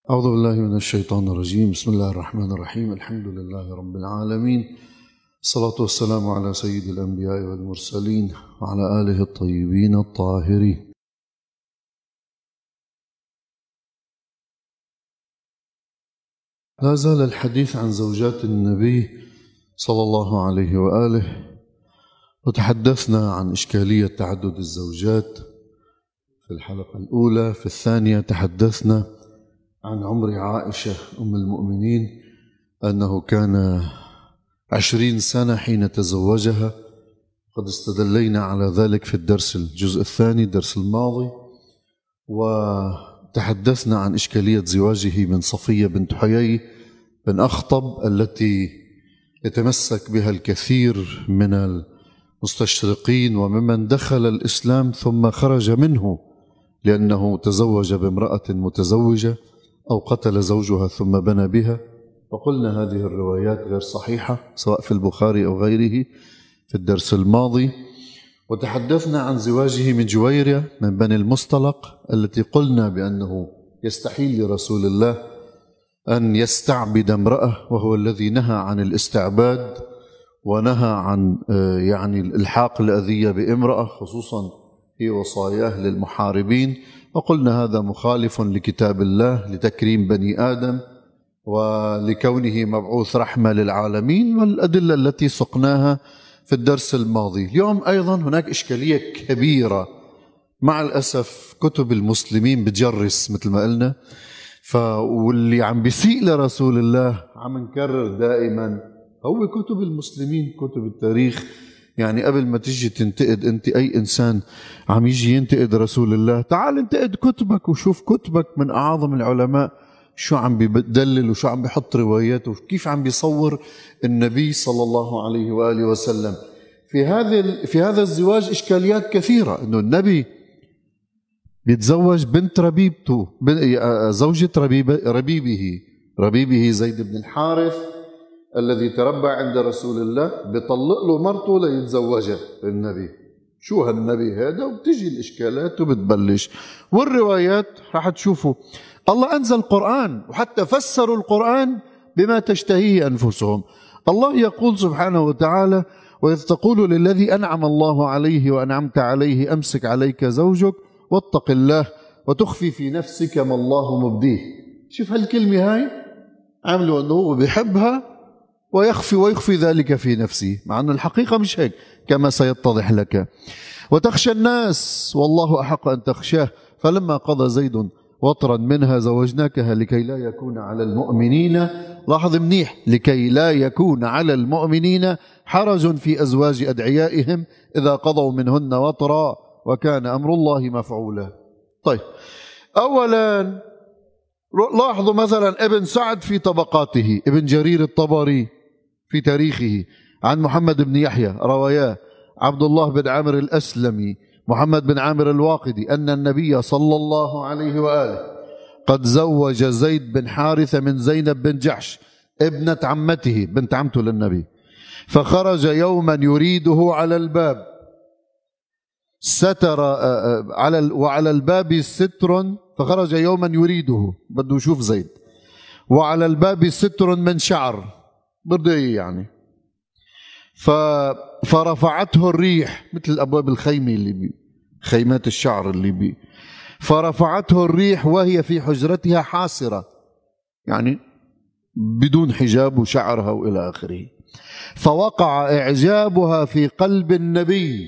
أعوذ بالله من الشيطان الرجيم. بسم الله الرحمن الرحيم. الحمد لله رب العالمين، الصلاة والسلام على سيد الأنبياء والمرسلين وعلى آله الطيبين الطاهرين. لا زال الحديث عن زوجات النبي صلى الله عليه وآله، وتحدثنا عن إشكالية تعدد الزوجات في الحلقة الأولى. في الثانية تحدثنا عن عمر عائشة أم المؤمنين، أنه كان 20 سنة حين تزوجها. قد استدلينا على ذلك في الجزء الثاني، الدرس الماضي، وتحدثنا عن إشكالية زواجه من صفية بنت حيي بن أخطب التي يتمسك بها الكثير من المستشرقين وممن دخل الإسلام ثم خرج منه، لأنه تزوج بامرأة متزوجة أو قتل زوجها ثم بنى بها. وقلنا هذه الروايات غير صحيحة سواء في البخاري أو غيره في الدرس الماضي. وتحدثنا عن زواجه من جويرية من بني المصطلق، التي قلنا بأنه يستحيل لرسول الله أن يستعبد امرأة، وهو الذي نهى عن الاستعباد ونهى عن الحاق الأذية بامرأة، خصوصا في وصاياه للمحاربين. وقلنا هذا مخالف لكتاب الله لتكريم بني آدم ولكونه مبعوث رحمة للعالمين، والأدلة التي سقناها في الدرس الماضي. اليوم أيضا هناك إشكالية كبيرة، مع الأسف كتب المسلمين بتجرس مثل ما قلنا، واللي عم بيسيء لرسول الله عم نكرر دائما هو كتب المسلمين، كتب التاريخ. يعني قبل ما تيجي تنتقد أنت أي إنسان عم يجي ينتقد رسول الله، تعال انتقد كتبك وشوف كتبك من أعظم العلماء شو عم بيدلل وشو عم بيحط روايات وكيف عم بيصور النبي صلى الله عليه وآله وسلم. في هذا الزواج إشكاليات كثيرة، إنه النبي بيتزوج بنت ربيبته، زوجة ربيبه زيد بن الحارث الذي تربى عند رسول الله، بيطلق له مرته ليتزوجها النبي. شو هالنبي هذا؟ وبتجي الإشكالات وبتبلش، والروايات راح تشوفوا الله أنزل قرآن وحتى فسروا القرآن بما تشتهيه أنفسهم. الله يقول سبحانه وتعالى: وإذ تقول للذي أنعم الله عليه وأنعمت عليه أمسك عليك زوجك واتق الله وتخفي في نفسك ما الله مبديه. شوف هالكلمة هاي، عملوا أنه هو بيحبها ويخفي ذلك في نفسه، مع أن الحقيقة مش هيك كما سيتضح لك. وتخشى الناس والله أحق أن تخشاه فلما قضى زيد وطرا منها زوجناكها لكي لا يكون على المؤمنين، لاحظ منيح، لكي لا يكون على المؤمنين حرج في أزواج أدعيائهم إذا قضوا منهن وطرا وكان أمر الله مفعولا. طيب، أولا لاحظوا مثلا ابن سعد في طبقاته، ابن جرير الطبري في تاريخه عن محمد بن يحيى رواياه عبد الله بن عامر الأسلمي محمد بن عامر الواقدي أن النبي صلى الله عليه وآله قد زوج زيد بن حارثة من زينب بن جحش ابنة عمته، بنت عمته للنبي، فخرج يوما يريده على الباب، وعلى الباب ستر، فخرج يوما يريده، بده يشوف زيد، وعلى الباب ستر من شعر، بده يعني، فرفعته الريح، مثل أبواب الخيمة خيمات الشعر فرفعته الريح وهي في حجرتها حاسرة، يعني بدون حجاب وشعرها وإلى آخره، فوقع إعجابها في قلب النبي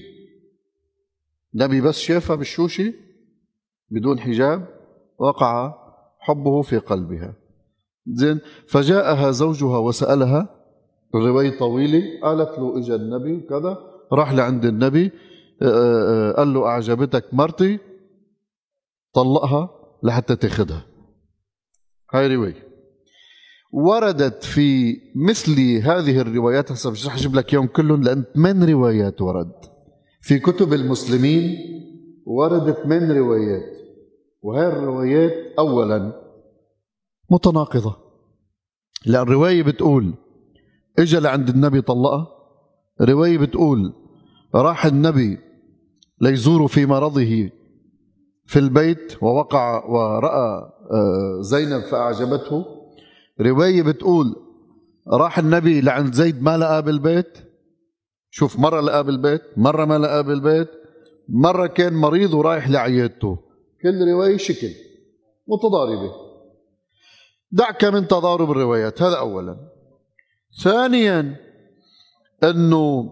بس شافها بالشوشة بدون حجاب وقع حبه في قلبها. زين، فجاءها زوجها وسألها، الرواية طويلة، قالت له اجى النبي وكذا، راح لعند النبي قال له أعجبتك مرتي، طلقها لحتى تاخذها. هاي رواية وردت في مثل هذه الروايات. هسه مش رح اجيب لك يوم كلهم لأن 8 روايات ورد في كتب المسلمين، وردت 8 روايات، وهي الروايات أولا متناقضة. لأن رواية بتقول اجى لعند النبي طلقها، رواية بتقول راح النبي ليزوره في مرضه في البيت ووقع ورأى زينب فأعجبته. رواية بتقول راح النبي لعند زيد ما لقاه بالبيت. شوف، مرة لقاه بالبيت، مرة ما لقاه بالبيت، مرة كان مريض ورايح لعيادته. كل رواية شكل متضاربة. دعك من تضارب الروايات، هذا أولا. ثانيا أنه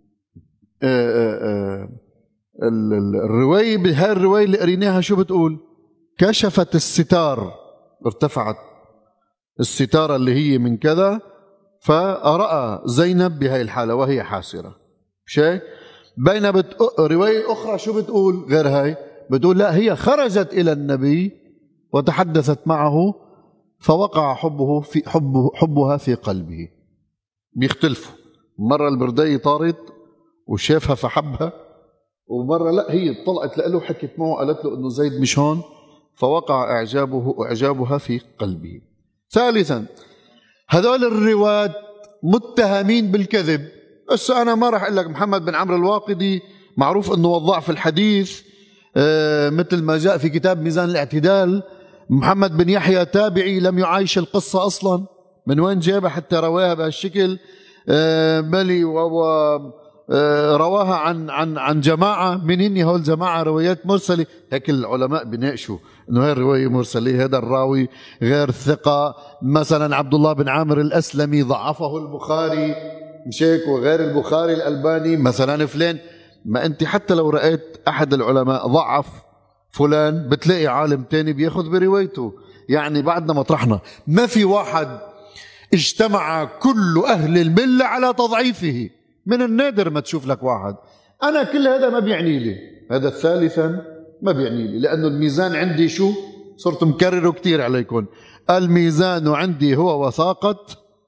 الرواية بهاي الرواية اللي قريناها شو بتقول؟ كشفت الستار، ارتفعت الستارة اللي هي من كذا، فرأى زينب بهاي الحالة وهي حاسرة. شيء بين رواية أخرى شو بتقول غير هاي؟ بتقول لا، هي خرجت إلى النبي وتحدثت معه فوقع حبها في قلبه. بيختلفوا، مرة البردية طارت وشافها فحبها، ومرة لا، هي طلعت له حكت معه قالت له انه زيد مش هون فوقع اعجابها في قلبه. ثالثا، هذول الرواة متهمين بالكذب. بس انا ما راح اقول لك محمد بن عمرو الواقدي معروف انه وضاع في الحديث مثل ما جاء في كتاب ميزان الاعتدال. محمد بن يحيى تابعي لم يعايش القصة اصلا، من وين جابها حتى رواها بهالشكل؟ بل رواها عن جماعة. من هن هول جماعة؟ روايات مرسلة. هيك العلماء بناقشوا انه هاي الرواية مرسلة، هذا الراوي غير ثقة. مثلا عبد الله بن عامر الأسلمي ضعفه البخاري، مش هيك؟ وغير البخاري الألباني مثلا فلان. ما انت حتى لو رأيت أحد العلماء ضعف فلان بتلاقي عالم تاني بياخذ بروايته. يعني بعدنا مطرحنا، ما في واحد اجتمع كل أهل الملة على تضعيفه. من النادر ما تشوف لك واحد. أنا كل هذا ما بيعني لي، هذا ثالثا ما بيعني لي، لأنه الميزان عندي شو؟ صرت مكرره كتير عليكم. الميزان عندي هو وثاقة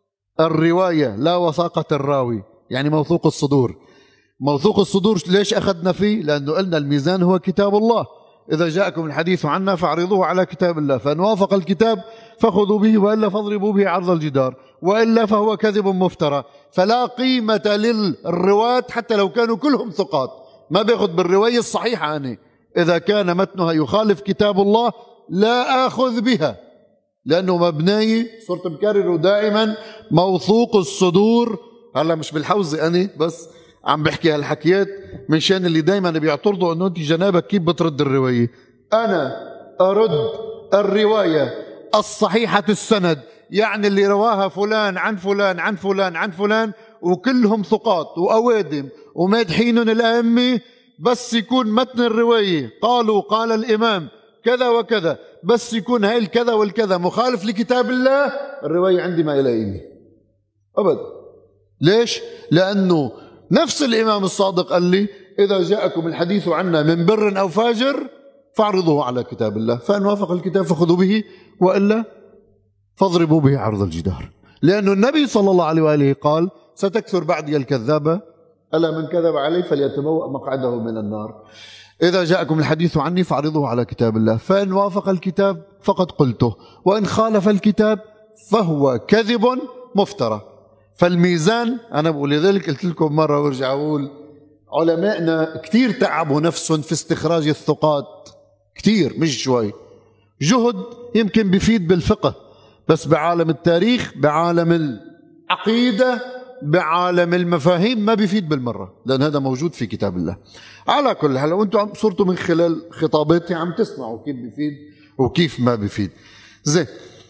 الرواية لا وثاقة الراوي، يعني موثوق الصدور. موثوق الصدور ليش أخذنا فيه؟ لأنه قلنا الميزان هو كتاب الله. إذا جاءكم الحديث عنا فاعرضوه على كتاب الله، فإن وافق الكتاب فخذوا به وإلا فاضربوا به عرض الجدار، وإلا فهو كذب مفترى. فلا قيمة للرواة حتى لو كانوا كلهم ثقات. ما بياخذ بالرواية الصحيحة أنا، إذا كان متنها يخالف كتاب الله لا آخذ بها، لأنه مبناي صرت مكرره دائما موثوق الصدور. هلا مش بالحوزة أنا بس عم بحكي هالحكيات من شان اللي دائما بيعترضوا انه انت جنابك كيف بترد الروايه. انا ارد الروايه الصحيحه السند، يعني اللي رواها فلان عن فلان عن فلان عن فلان، وكلهم ثقات واوادم ومادحينهم الائمه، بس يكون متن الروايه قالوا قال الامام كذا وكذا، بس يكون هاي الكذا والكذا مخالف لكتاب الله، الروايه عندي ما لها قيمه ابدا. ليش؟ لانه نفس الإمام الصادق قال لي إذا جاءكم الحديث عنا من بر أو فاجر فاعرضوه على كتاب الله، فإن وافق الكتاب فخذوا به وإلا فاضربوا به عرض الجدار. لأن النبي صلى الله عليه وآله قال ستكثر بعدي الكذابة، ألا من كذب علي فليتبوأ مقعده من النار. إذا جاءكم الحديث عني فاعرضوه على كتاب الله، فإن وافق الكتاب فقد قلته، وإن خالف الكتاب فهو كذب مفترى. فالميزان أنا بقول، لذلك قلت لكم مرة وارجع أقول، علمائنا كتير تعبوا نفسهم في استخراج الثقات، كتير مش شوي، جهد يمكن بيفيد بالفقه، بس بعالم التاريخ، بعالم العقيدة، بعالم المفاهيم ما بيفيد بالمرة، لأن هذا موجود في كتاب الله. على كل حال، وانتم صرتوا من خلال خطاباتي عم تسمعوا كيف بيفيد وكيف ما بيفيد. زين.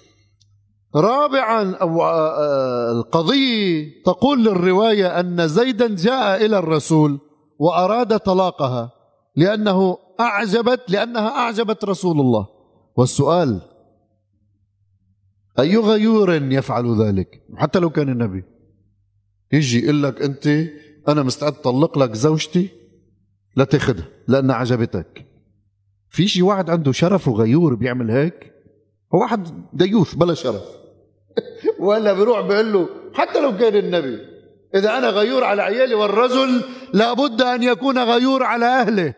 رابعا، القضية تقول للرواية أن زيدا جاء إلى الرسول وأراد طلاقها لأنها أعجبت رسول الله. والسؤال، أي غيور يفعل ذلك؟ حتى لو كان النبي يجي يقول لك أنت أنا مستعد طلق لك زوجتي لا تاخذها لأنها عجبتك. في شي واحد عنده شرف وغيور بيعمل هيك؟ هو واحد ديوث بلا شرف ولا بيروح بيقول له حتى لو كان النبي إذا أنا غيور على عيالي، والرجل لابد أن يكون غيور على أهله.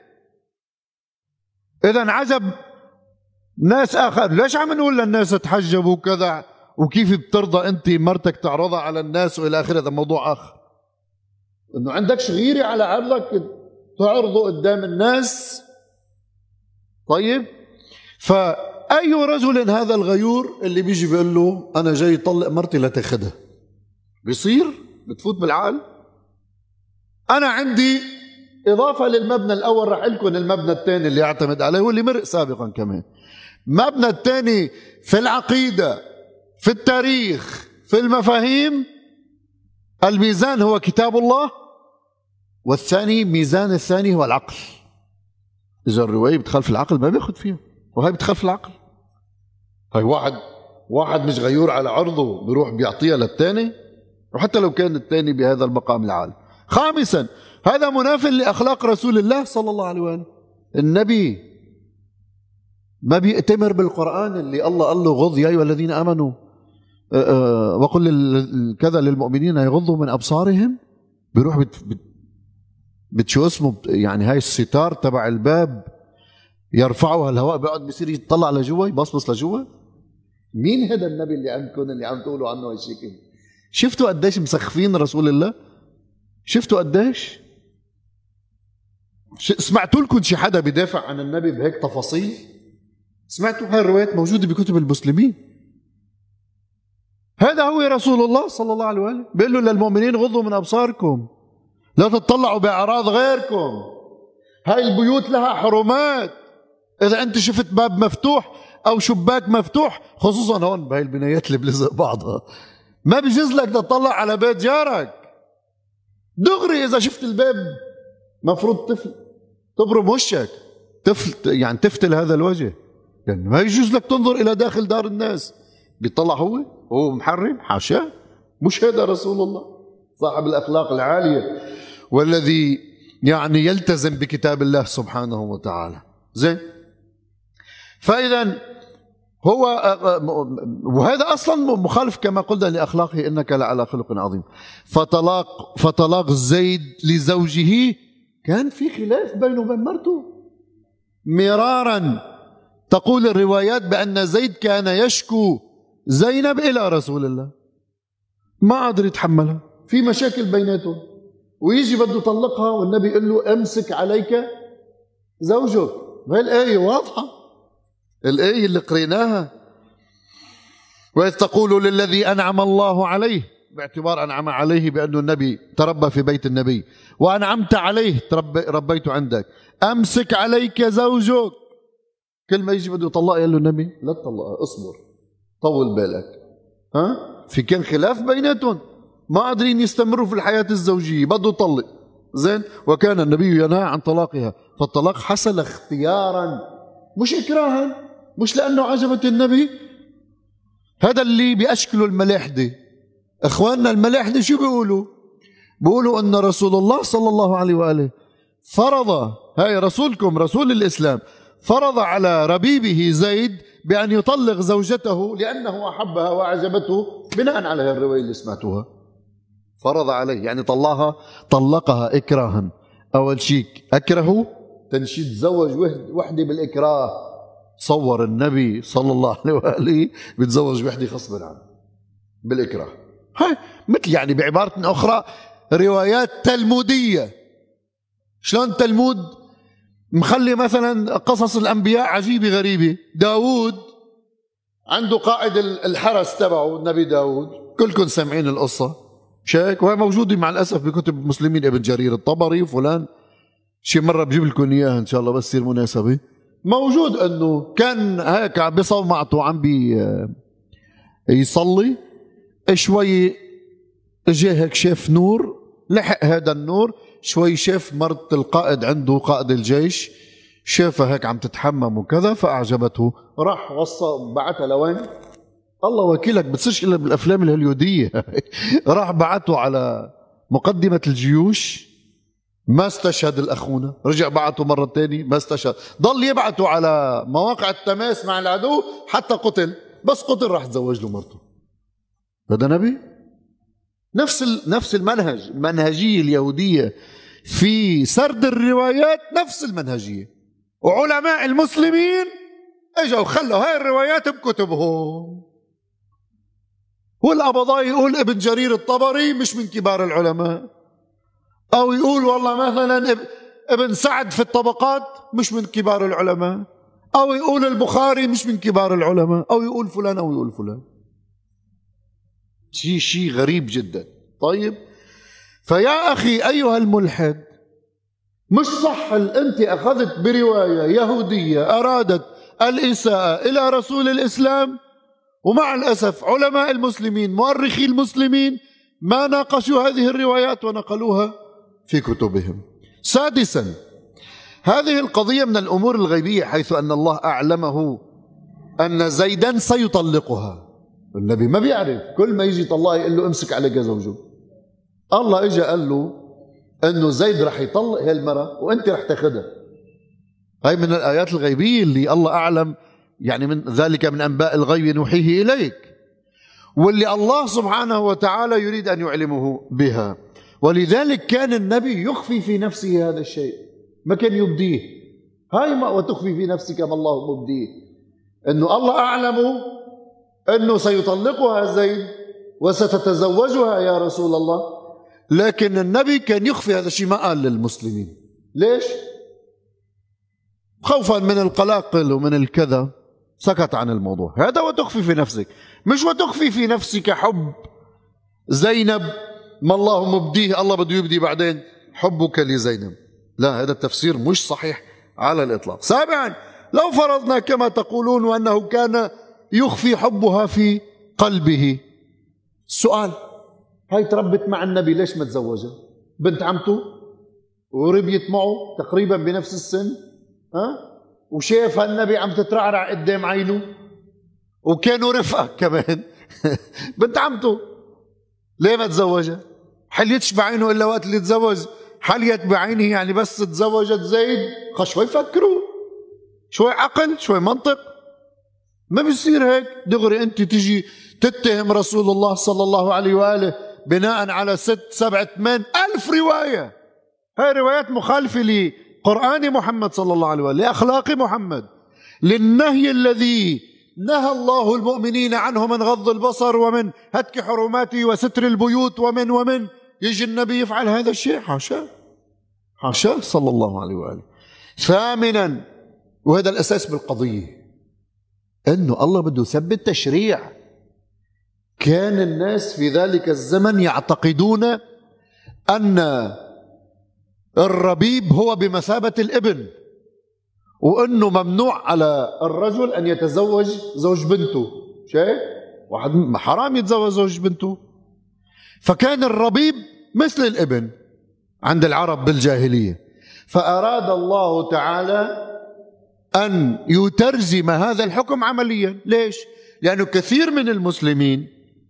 إذا عجب ناس آخر، ليش عم نقول للناس تحجبوا كذا وكيف بترضى أنت مرتك تعرضها على الناس وإلى آخره؟ هذا موضوع آخر. إنه عندكش غيرة على عرضك تعرضه قدام الناس، طيب، فأي رجل هذا الغيور اللي بيجي بيقول له أنا جاي طلق مرتي لا تاخدها؟ بيصير بتفوت بالعقل؟ أنا عندي إضافة للمبنى الأول، رح لكم المبنى الثاني اللي يعتمد عليه واللي مرق سابقا كمان. مبنى الثاني في العقيدة، في التاريخ، في المفاهيم، الميزان هو كتاب الله، والثاني ميزان الثاني هو العقل. إذا الرواية بتخالف العقل ما بياخد فيها، وهي بتخالف العقل. هاي واحد مش غيور على عرضه بيروح بيعطيها للثاني، وحتى لو كان الثاني بهذا المقام العالي. خامسا، هذا مناف لأخلاق رسول الله صلى الله عليه وآله. النبي ما بيأتمر بالقرآن اللي الله قال له غض يا أيها الذين آمنوا وقل كذا للمؤمنين يغضوا من أبصارهم. بيروح بتشو اسمه يعني هاي الستار تبع الباب يرفعها الهواء، بيقعد بيصير يطلع لجوا، يبصبص لجوا. مين هذا النبي اللي عندكم اللي عم تقولوا عنه هالشكل؟ شفتوا قديش مسخفين رسول الله؟ شفتوا قديش؟ سمعتوا لكم شي حدا بيدافع عن النبي بهيك تفاصيل؟ سمعتوا هاي الروايات موجودة بكتب المسلمين. هذا هو رسول الله صلى الله عليه وآله، بيقول له للمؤمنين غضوا من أبصاركم، لا تطلعوا بأعراض غيركم، هاي البيوت لها حرمات. إذا أنت شفت باب مفتوح أو شباك مفتوح، خصوصا هون بهاي البنايات اللي بلزق بعضها، ما بيجوز لك تطلع على بيت جارك دغري. إذا شفت الباب مفروض تبرم وشك، يعني تفتل هذا الوجه، يعني ما يجوز لك تنظر إلى داخل دار الناس. بيطلع هو محرم؟ حاشا، مش هذا رسول الله صاحب الأخلاق العالية والذي يعني يلتزم بكتاب الله سبحانه وتعالى. زين، فإذا هو وهذا أصلا مخالف كما قلنا لأخلاقه إنك لعلى خلق عظيم. فطلاق زيد لزوجه كان في خلاف بينه وبين مرته مرارا. تقول الروايات بأن زيد كان يشكو زينب إلى رسول الله، ما قدر يتحملها، في مشاكل بيناتهم، ويجي بده يطلقها والنبي يقول له امسك عليك زوجك. وهي الآية واضحة، الآية اللي قريناها، وإذ تقول للذي أنعم الله عليه، باعتبار أنعم عليه بأنه النبي تربى في بيت النبي، وأنعمت عليه ربيته عندك، أمسك عليك زوجك. كل ما يجي بده يطلقها يقول له النبي لا تطلقها، اصبر طول بالك. في كان خلاف بيناتهم، ما قادرين يستمروا في الحياة الزوجية، بده يطلق. زين، وكان النبي ينهى عن طلاقها، فالطلاق حصل اختيارا مش إكراها، مش لأنه عجبت النبي. هذا اللي بيأشكلوا الملاحدة. إخواننا الملاحدة شو بيقولوا؟ بيقولوا أن رسول الله صلى الله عليه وآله فرض، هاي رسولكم رسول الإسلام، فرض على ربيبه زيد بأن يطلق زوجته لأنه أحبها وأعجبته، بناء على هذه الرواية اللي سمعتوها. فرض عليه يعني طلقها إكراها. أول شيء أكره تنشيد زوج وحدة بالإكراه. تصور النبي صلى الله عليه وآله بيتزوج وحدة غصبا عنه بالإكراه. هاي مثل يعني بعبارة أخرى روايات تلمودية. شلون تلمود مخلي مثلا قصص الأنبياء عجيبة غريبة. داود عنده قائد الحرس تبعه النبي داود، كلكم سامعين القصة شايك، وهي موجودة مع الأسف بكتب المسلمين، ابن جرير الطبري وفلان. شي مرة بجيب لكم إياها إن شاء الله بس يصير مناسبة. موجود أنه كان هيك بصومعته عم يصلي شوي، اجى هيك شاف نور، لحق هذا النور شوي، شاف مرت القائد عنده قائد الجيش، شافها هيك عم تتحمم وكذا فأعجبته، راح وصى بعتها لوين؟ الله وكيلك بتصيرش إلا بالأفلام الهوليودية. راح بعته على مقدمة الجيوش، ما استشهد الأخونا، رجع بعته مرة تاني ما استشهد، ضل يبعته على مواقع التماس مع العدو حتى قتل، بس قتل راح تزوج له مرته. هذا نبي؟ نفس المنهج، المنهجية اليهودية في سرد الروايات نفس المنهجية. وعلماء المسلمين اجوا خلوا هاي الروايات بكتبهم. والقبضاء يقول ابن جرير الطبري مش من كبار العلماء، او يقول والله مثلا ابن سعد في الطبقات مش من كبار العلماء، أو يقول البخاري مش من كبار العلماء، أو يقول فلان أو يقول فلان. شيء غريب جدا. طيب، فيا أخي أيها الملحد، مش صح أنت أخذت برواية يهودية أرادت الإساءة إلى رسول الإسلام، ومع الأسف علماء المسلمين مؤرخي المسلمين ما ناقشوا هذه الروايات ونقلوها في كتبهم. سادسا، هذه القضية من الأمور الغيبية، حيث أن الله أعلمه أن زيدا سيطلقها. النبي ما بيعرف، كل ما يجي الله يقول له امسك عليك زوجه. الله اجى قال له انه زيد رح يطلق هالمرة وانت رح تاخذها. هاي من الآيات الغيبية اللي الله أعلم، يعني من ذلك من أنباء الغيب نوحيه إليك، واللي الله سبحانه وتعالى يريد أن يعلمه بها. ولذلك كان النبي يخفي في نفسه هذا الشيء، ما كان يبديه. هاي ما وتخفي في نفسك ما الله مبديه، انه الله أعلمه انه سيطلقها زيد وستتزوجها يا رسول الله، لكن النبي كان يخفي هذا الشيء، ما قال للمسلمين. ليش؟ خوفا من القلاقل ومن الكذا سكت عن الموضوع. هذا وتخفي في نفسك، مش وتخفي في نفسك حب زينب ما الله مبديه، الله بده يبدي بعدين حبك لزينب. لا، هذا التفسير مش صحيح على الإطلاق. سابعا، لو فرضنا كما تقولون وأنه كان يخفي حبها في قلبه، السؤال، هاي تربت مع النبي ليش ما تزوجها؟ بنت عمته وربيت معه تقريبا بنفس السن، وشايفها النبي عم تترعرع قدام عينه، وكانوا رفقة كمان بنت عمته، ليه ما تزوجها؟ حليتش بعينه إلا وقت اللي تزوج، حليت بعينه يعني بس تزوجت زيد. شوي فكروا، شوي عقل، شوي منطق. ما بيصير هيك دغري انت تجي تتهم رسول الله صلى الله عليه وآله بناء على 6 7 8 ألف رواية. هاي روايات مخالفة لقرآن محمد صلى الله عليه وآله، لأخلاق محمد، للنهي الذي نهى الله المؤمنين عنه من غض البصر ومن هتك حرماته وستر البيوت ومن يجي النبي يفعل هذا الشيء؟ حاشا حاشا صلى الله عليه وآله. ثامنا، وهذا الأساس بالقضية، أنه الله بده يثبت تشريع. كان الناس في ذلك الزمن يعتقدون أن الربيب هو بمثابة الابن، وأنه ممنوع على الرجل أن يتزوج زوج بنته. شيء واحد حرام يتزوج زوج بنته. فكان الربيب مثل الابن عند العرب بالجاهلية. فأراد الله تعالى أن يترجم هذا الحكم عمليا. ليش؟ لأنه كثير من المسلمين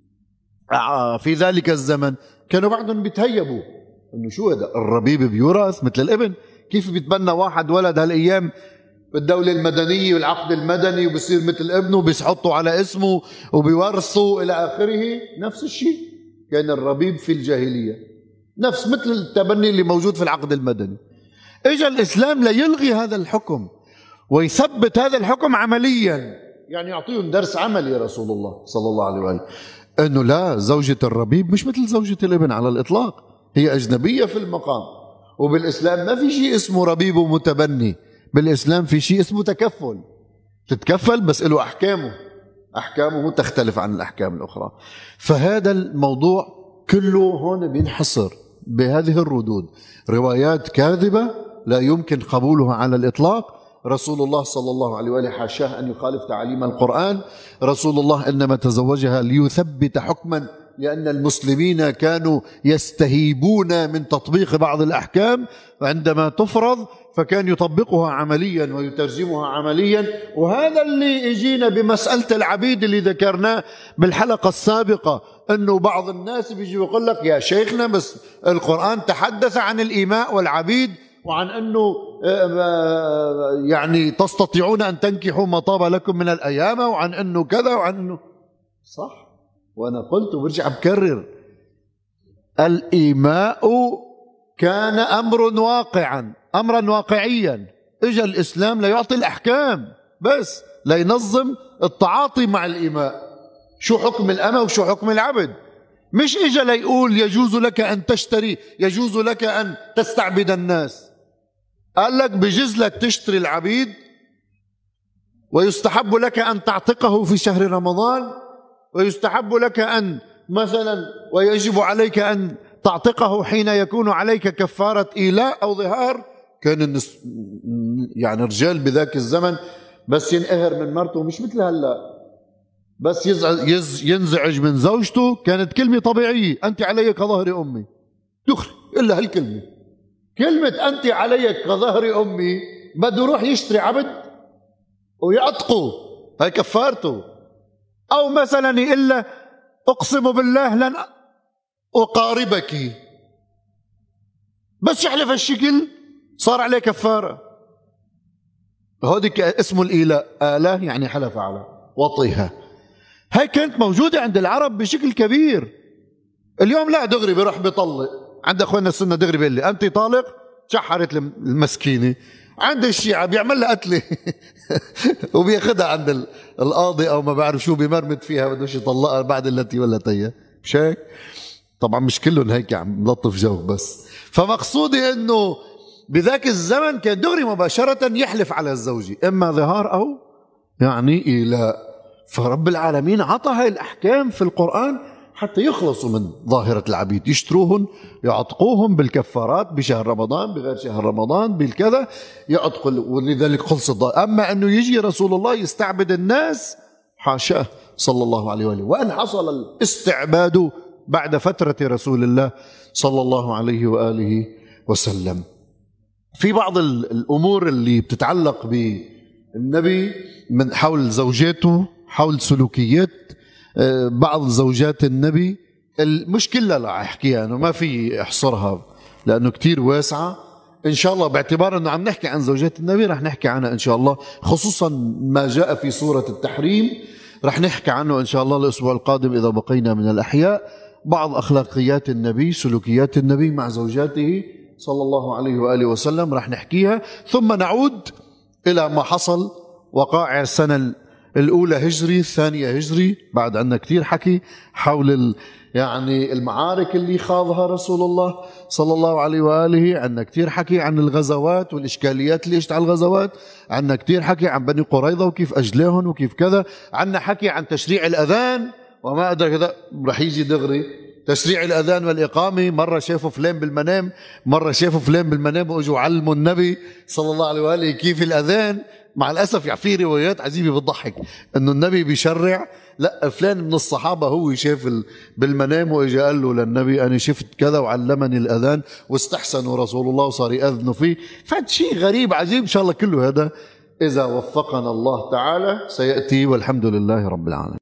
في ذلك الزمن كانوا بعضهم بيتهيبوا أنه شو هذا الربيب بيورث مثل الابن؟ كيف بيتبنى واحد ولد هالأيام بالدولة المدنية والعقد المدني وبصير مثل ابنه وبيحطوا على اسمه وبيورثوا إلى آخره؟ نفس الشيء كان الربيب في الجاهلية، نفس مثل التبني اللي موجود في العقد المدني. اجى الإسلام ليلغي هذا الحكم ويثبت هذا الحكم عمليا، يعني يعطيهم درس عملي رسول الله صلى الله عليه وآله، أنه لا، زوجة الربيب مش مثل زوجة الابن على الإطلاق، هي أجنبية في المقام. وبالإسلام ما في شيء اسمه ربيب ومتبني، بالإسلام في شيء اسمه تكفل، تتكفل بس له أحكامه تختلف عن الأحكام الأخرى. فهذا الموضوع كله هون بينحصر بهذه الردود، روايات كاذبة لا يمكن قبولها على الإطلاق. رسول الله صلى الله عليه وآله حاشاه أن يخالف تعاليم القرآن. رسول الله إنما تزوجها ليثبت حكما، لأن المسلمين كانوا يستهيبون من تطبيق بعض الأحكام عندما تفرض، فكان يطبقها عمليا ويترجمها عمليا. وهذا اللي يجينا بمسألة العبيد اللي ذكرناه بالحلقة السابقة، أنه بعض الناس بيجي يقول لك يا شيخنا بس القرآن تحدث عن الإيماء والعبيد، وعن أنه يعني تستطيعون أن تنكحوا ما طاب لكم من الأيام، وعن أنه كذا وعن أنه صح. وأنا قلت وبرجع بكرر، الإيماء كان أمرا واقعيا. إجا الإسلام ليعطي الأحكام بس، لينظم التعاطي مع الإيماء، شو حكم الأمة وشو حكم العبد. مش إجا ليقول يجوز لك أن تشتري، يجوز لك أن تستعبد الناس. قال لك بجوز لك تشتري العبيد ويستحب لك أن تعتقه في شهر رمضان، ويستحب لك أن مثلا ويجب عليك أن تعتقه حين يكون عليك كفارة إيلاء أو ظهار. كان يعني رجال بذاك الزمن بس ينقهر من مرته، مش مثل هلا، بس ينزعج من زوجته كانت كلمة طبيعية، أنت علي كظهر أمي، دخل إلا هالكلمة، كلمة أنت علي كظهر أمي بده يروح يشتري عبد ويعتقه، هاي كفارته. أو مثلا إلا أقسم بالله لن أقاربك، بس يحلف هالشكل صار عليه كفارة. هوديك اسمه الإيلاء، آله يعني حلف على وطيها. هاي كانت موجودة عند العرب بشكل كبير. اليوم لا، دغري بيروح بيطلق. عند أخواننا السنة دغري بيقول لي أنت طالق، شحرت المسكينة. عند الشيعة بيعمل لها قتلة وبياخدها عند القاضي أو ما بعرف شو، بيمرمت فيها بدوش يطلقها بعد التي ولتيها، مش هيك؟ طبعا مش كلهم هيك، عم لطف جو بس. فمقصودي انه بذاك الزمن كان دغري مباشرة يحلف على الزوجة، اما ظهار او يعني إيلاء. فرب العالمين عطى هاي الأحكام في القرآن حتى يخلصوا من ظاهرة العبيد، يشتروهم يعتقوهم بالكفارات بشهر رمضان، بغير شهر رمضان، بالكذا يعتقوا، ولذلك خلصت. أما أنه يجي رسول الله يستعبد الناس، حاشاه صلى الله عليه وآله. وأن حصل الاستعباد بعد فترة رسول الله صلى الله عليه وآله وسلم. في بعض الأمور اللي بتتعلق بالنبي من حول زوجاته، حول سلوكيات بعض زوجات النبي، مش كلها لا احكيها، انه ما في احصرها لانه كتير واسعه. ان شاء الله باعتبار انه عم نحكي عن زوجات النبي رح نحكي عنها ان شاء الله، خصوصا ما جاء في سوره التحريم رح نحكي عنه ان شاء الله الاسبوع القادم اذا بقينا من الاحياء. بعض اخلاقيات النبي، سلوكيات النبي مع زوجاته صلى الله عليه واله وسلم رح نحكيها، ثم نعود الى ما حصل وقائع السنه الأولى هجري، الثانية هجري. بعد عندنا كتير حكي حول يعني المعارك اللي خاضها رسول الله صلى الله عليه وآله. عندنا كتير حكي عن الغزوات والإشكاليات اللي اجت على الغزوات. عندنا كتير حكي عن بني قريظة وكيف أجلاهم وكيف كذا. عندنا حكي عن تشريع الأذان وما أدرك كذا. رح يجي دغري تشريع الأذان والإقامة. مرة شافوا فلان بالمنام، مرة شافوا فلان بالمنام وإجوا علموا النبي صلى الله عليه وآله كيف الأذان. مع الأسف يعني في روايات عجيبة بتضحك إنه النبي بيشرع، لا فلان من الصحابة هو شاف بالمنام وإجا قال له للنبي أنا شفت كذا وعلمني الأذان، واستحسنوا رسول الله وصار يأذنوا فيه. فهذا شيء غريب عجيب. إن شاء الله كله هذا إذا وفقنا الله تعالى سيأتي، والحمد لله رب العالمين.